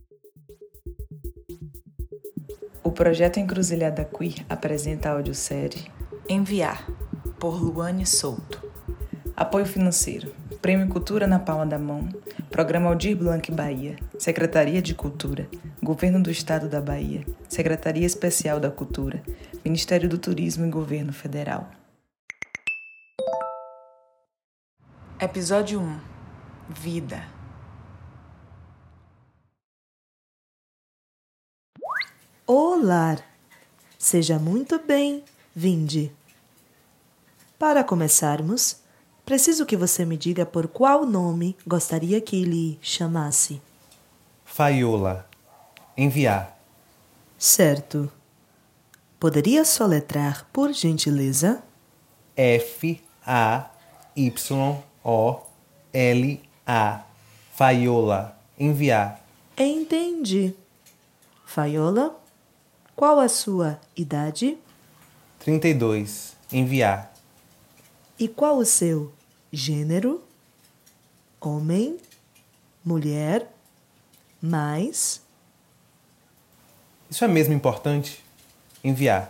O projeto Encruzilhada Queer apresenta a audiosérie Enviar, por Luane Souto. Apoio financeiro: Prêmio Cultura na Palma da Mão, Programa Aldir Blanc Bahia, Secretaria de Cultura, Governo do Estado da Bahia, Secretaria Especial da Cultura, Ministério do Turismo e Governo Federal. Episódio 1: Vida. Olá! Seja muito bem-vinde. Para começarmos, preciso que você me diga por qual nome gostaria que lhe chamasse. Faiola. Enviar. Certo. Poderia soletrar, por gentileza? Fayola. Faiola. Enviar. Entendi. Faiola, qual a sua idade? 32. Enviar. E qual o seu gênero? Homem, mulher, mais? Isso é mesmo importante? Enviar.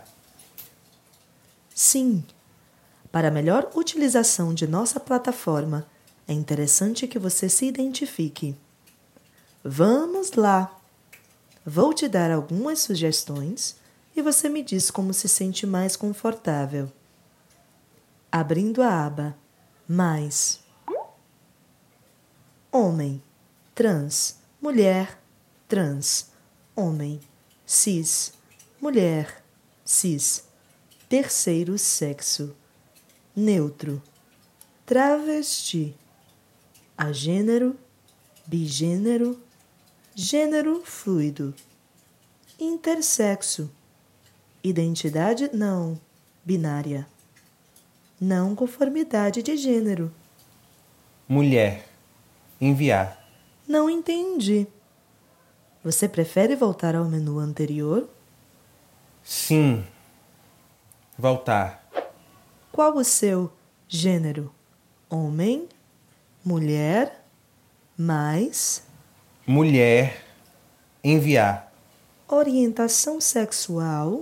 Sim. Para melhor utilização de nossa plataforma, é interessante que você se identifique. Vamos lá! Vou te dar algumas sugestões e você me diz como se sente mais confortável. Abrindo a aba Mais. Homem, trans, mulher, trans, homem, cis, mulher, cis, terceiro sexo, neutro, travesti, agênero, bigênero, gênero fluido, intersexo, identidade não binária, não conformidade de gênero. Mulher. Enviar. Não entendi. Você prefere voltar ao menu anterior? Sim. Voltar. Qual o seu gênero? Homem, mulher, mais? Mulher. Enviar. Orientação sexual?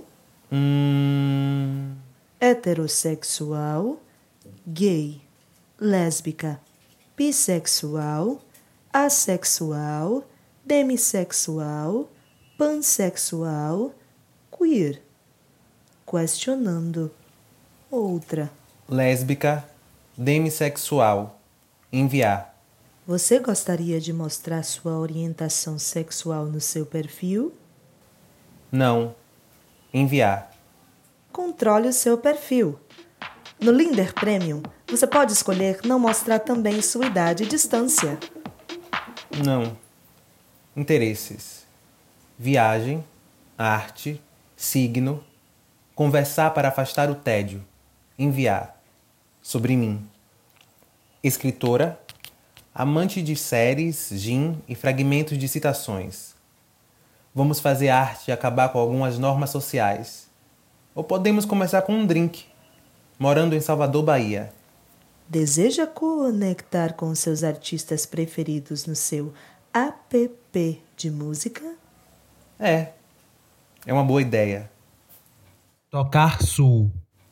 Heterossexual, gay, lésbica, bissexual, assexual, demissexual, pansexual, queer. Questionando. Outra. Lésbica. Demissexual. Enviar. Você gostaria de mostrar sua orientação sexual no seu perfil? Não. Enviar. Controle o seu perfil. No Linder Premium, você pode escolher não mostrar também sua idade e distância. Não. Interesses. Viagem. Arte. Signo. Conversar para afastar o tédio. Enviar. Sobre mim. Escritora. Amante de séries, gin e fragmentos de citações. Vamos fazer arte e acabar com algumas normas sociais. Ou podemos começar com um drink. Morando em Salvador, Bahia. Deseja conectar com seus artistas preferidos no seu app de música? É uma boa ideia. Tocar Sul.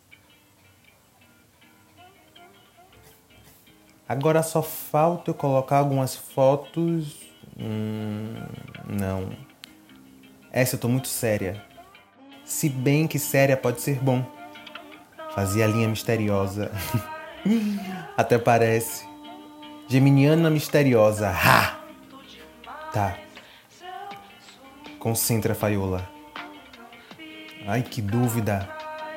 Agora só falta eu colocar algumas fotos. Não. Essa eu tô muito séria. Se bem que séria pode ser bom. Fazia a linha misteriosa. Até parece. Geminiana misteriosa. Ha! Tá. Concentra, Faiola. Ai, que dúvida.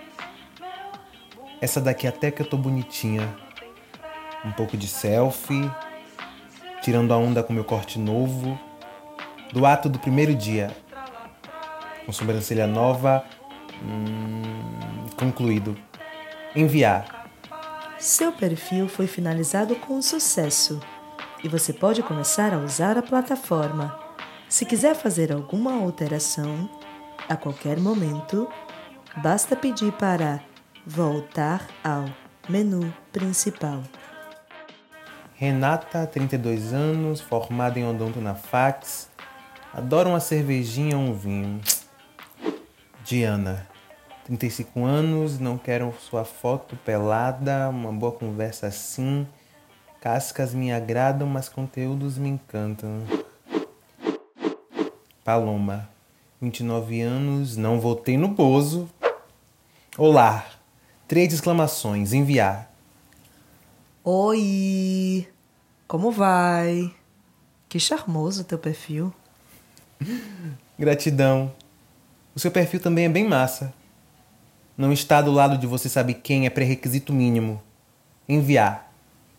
Essa daqui até que eu tô bonitinha. Um pouco de selfie. Tirando a onda com meu corte novo. Do ato do primeiro dia. Com sobrancelha nova. Concluído. Enviar. Seu perfil foi finalizado com sucesso e você pode começar a usar a plataforma. Se quiser fazer alguma alteração, a qualquer momento, basta pedir para voltar ao menu principal. Renata, 32 anos, formada em odonto na Fax, Adoro uma cervejinha ou um vinho. Diana, 35 anos, não quero sua foto pelada, uma boa conversa assim. Cascas me agradam, mas conteúdos me encantam. Paloma, 29 anos, não votei no Bozo. Olá, 3 exclamações, enviar. Oi! Como vai? Que charmoso teu perfil. Gratidão. O seu perfil também é bem massa. Não estar do lado de você sabe quem é pré-requisito mínimo. Enviar.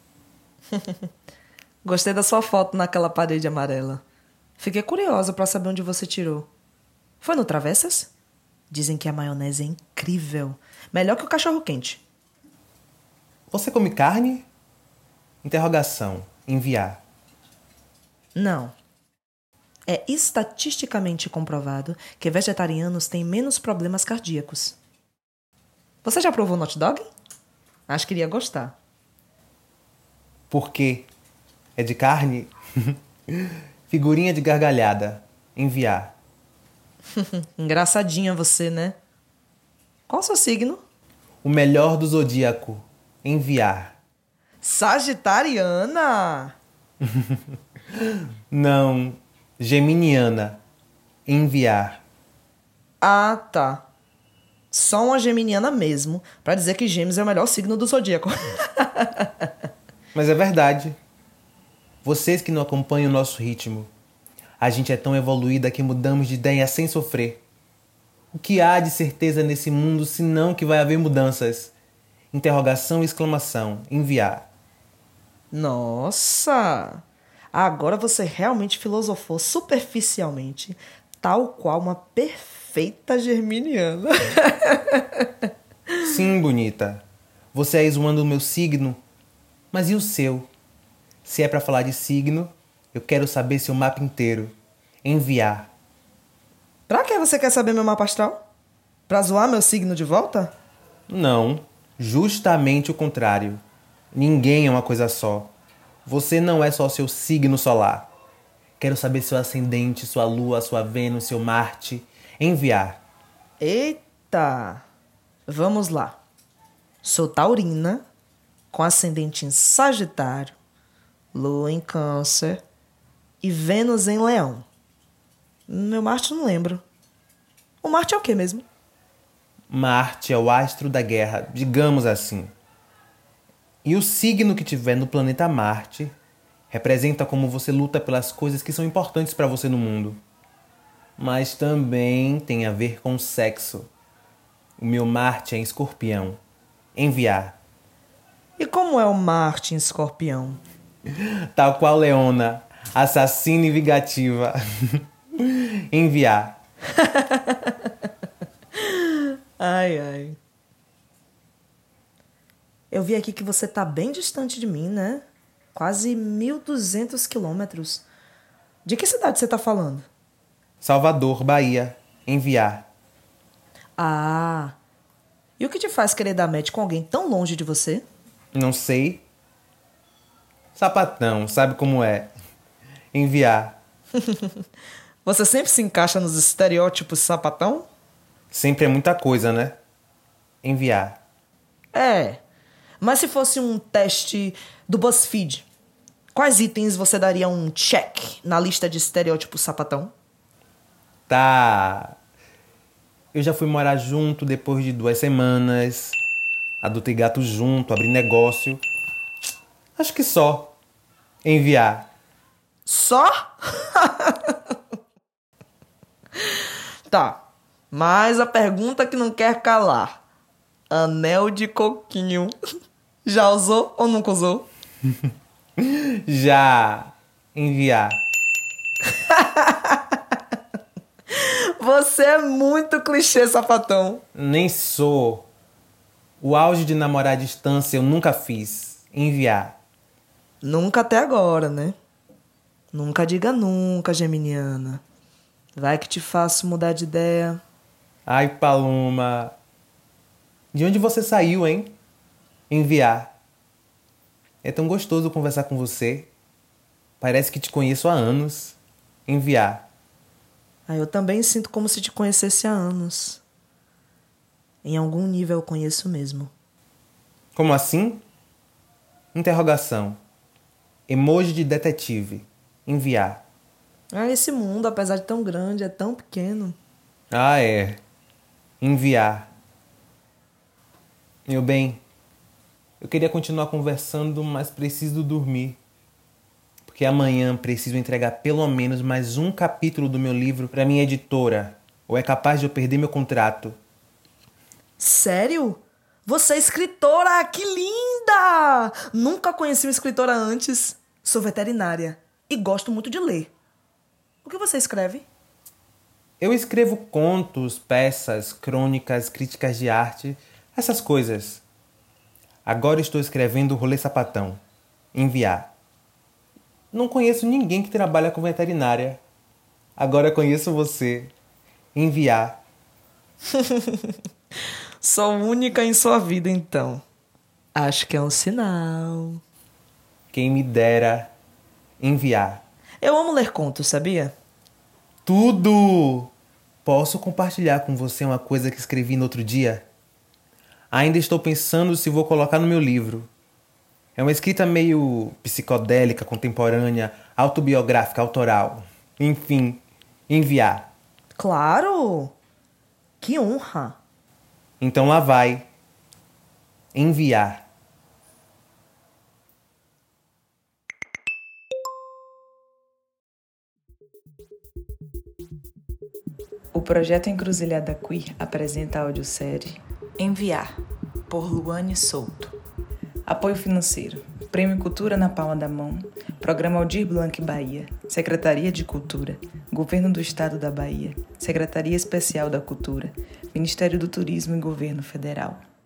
Gostei da sua foto naquela parede amarela. Fiquei curiosa pra saber onde você tirou. Foi no Travessas? Dizem que a maionese é incrível. Melhor que o cachorro-quente. Você come carne? Interrogação. Enviar. Não. É estatisticamente comprovado que vegetarianos têm menos problemas cardíacos. Você já provou no hot dog? Acho que iria gostar. Por quê? É de carne? Figurinha de gargalhada. Enviar. Engraçadinha você, né? Qual o seu signo? O melhor do zodíaco. Enviar. Sagitariana! Não. Geminiana. Enviar. Ah, tá. Só uma geminiana mesmo, pra dizer que Gêmeos é o melhor signo do zodíaco. Mas é verdade. Vocês que não acompanham o nosso ritmo. A gente é tão evoluída que mudamos de ideia sem sofrer. O que há de certeza nesse mundo senão que vai haver mudanças? Interrogação e exclamação. Enviar. Nossa! Agora você realmente filosofou superficialmente, tal qual uma perfeita germiniana. Sim, bonita. Você aí zoando o meu signo. Mas e o seu? Se é pra falar de signo, eu quero saber seu mapa inteiro. Enviar. Pra que você quer saber meu mapa astral? Pra zoar meu signo de volta? Não, justamente o contrário. Ninguém é uma coisa só. Você não é só seu signo solar. Quero saber seu ascendente, sua lua, sua Vênus, seu Marte. Enviar. Eita! Vamos lá. Sou taurina, com ascendente em Sagitário, lua em Câncer e Vênus em Leão. Meu Marte não lembro. O Marte é o quê mesmo? Marte é o astro da guerra, digamos assim. E o signo que tiver no planeta Marte representa como você luta pelas coisas que são importantes para você no mundo. Mas também tem a ver com sexo. O meu Marte é em Escorpião. Enviar. E como é o Marte em Escorpião? Tal qual Leona, assassina e vingativa. Enviar. Ai, ai. Eu vi aqui que você tá bem distante de mim, né? Quase 1.200 quilômetros. De que cidade você tá falando? Salvador, Bahia. Enviar. Ah. E o que te faz querer dar match com alguém tão longe de você? Não sei. Sapatão, sabe como é. Enviar. Você sempre se encaixa nos estereótipos sapatão? Sempre é muita coisa, né? Enviar. É. Mas se fosse um teste do BuzzFeed, quais itens você daria um check na lista de estereótipos sapatão? Tá. Eu já fui morar junto depois de 2 semanas. Adotei gato junto, abri negócio. Acho que só. Enviar. Só? Tá. Mas a pergunta que não quer calar. Anel de coquinho. Já usou ou nunca usou? Já. Enviar. Você é muito clichê, sapatão. Nem sou. O auge de namorar à distância eu nunca fiz. Enviar. Nunca até agora, né? Nunca diga nunca, geminiana. Vai que te faço mudar de ideia. Ai, Paloma. De onde você saiu, hein? Enviar. É tão gostoso conversar com você. Parece que te conheço há anos. Enviar. Eu também sinto como se te conhecesse há anos. Em algum nível eu conheço mesmo. Como assim? Interrogação. Emoji de detetive. Enviar. Esse mundo, apesar de tão grande, é tão pequeno. Ah, é. Enviar. Meu bem, eu queria continuar conversando, mas preciso dormir. Porque amanhã preciso entregar pelo menos mais um capítulo do meu livro para minha editora, ou é capaz de eu perder meu contrato. Sério? Você é escritora? Que linda! Nunca conheci uma escritora antes. Sou veterinária e gosto muito de ler. O que você escreve? Eu escrevo contos, peças, crônicas, críticas de arte, essas coisas. Agora estou escrevendo o Rolê Sapatão. Enviar. Não conheço ninguém que trabalha com veterinária. Agora conheço você. Enviar. Sou única em sua vida, então. Acho que é um sinal. Quem me dera. Enviar. Eu amo ler contos, sabia? Tudo! Posso compartilhar com você uma coisa que escrevi no outro dia? Ainda estou pensando se vou colocar no meu livro. É uma escrita meio psicodélica, contemporânea, autobiográfica, autoral. Enfim, enviar. Claro! Que honra! Então lá vai. Enviar. O projeto Encruzilhada Queer apresenta a audiosérie Enviar, por Luane Souto. Apoio financeiro: Prêmio Cultura na Palma da Mão, Programa Aldir Blanc Bahia, Secretaria de Cultura, Governo do Estado da Bahia, Secretaria Especial da Cultura, Ministério do Turismo e Governo Federal.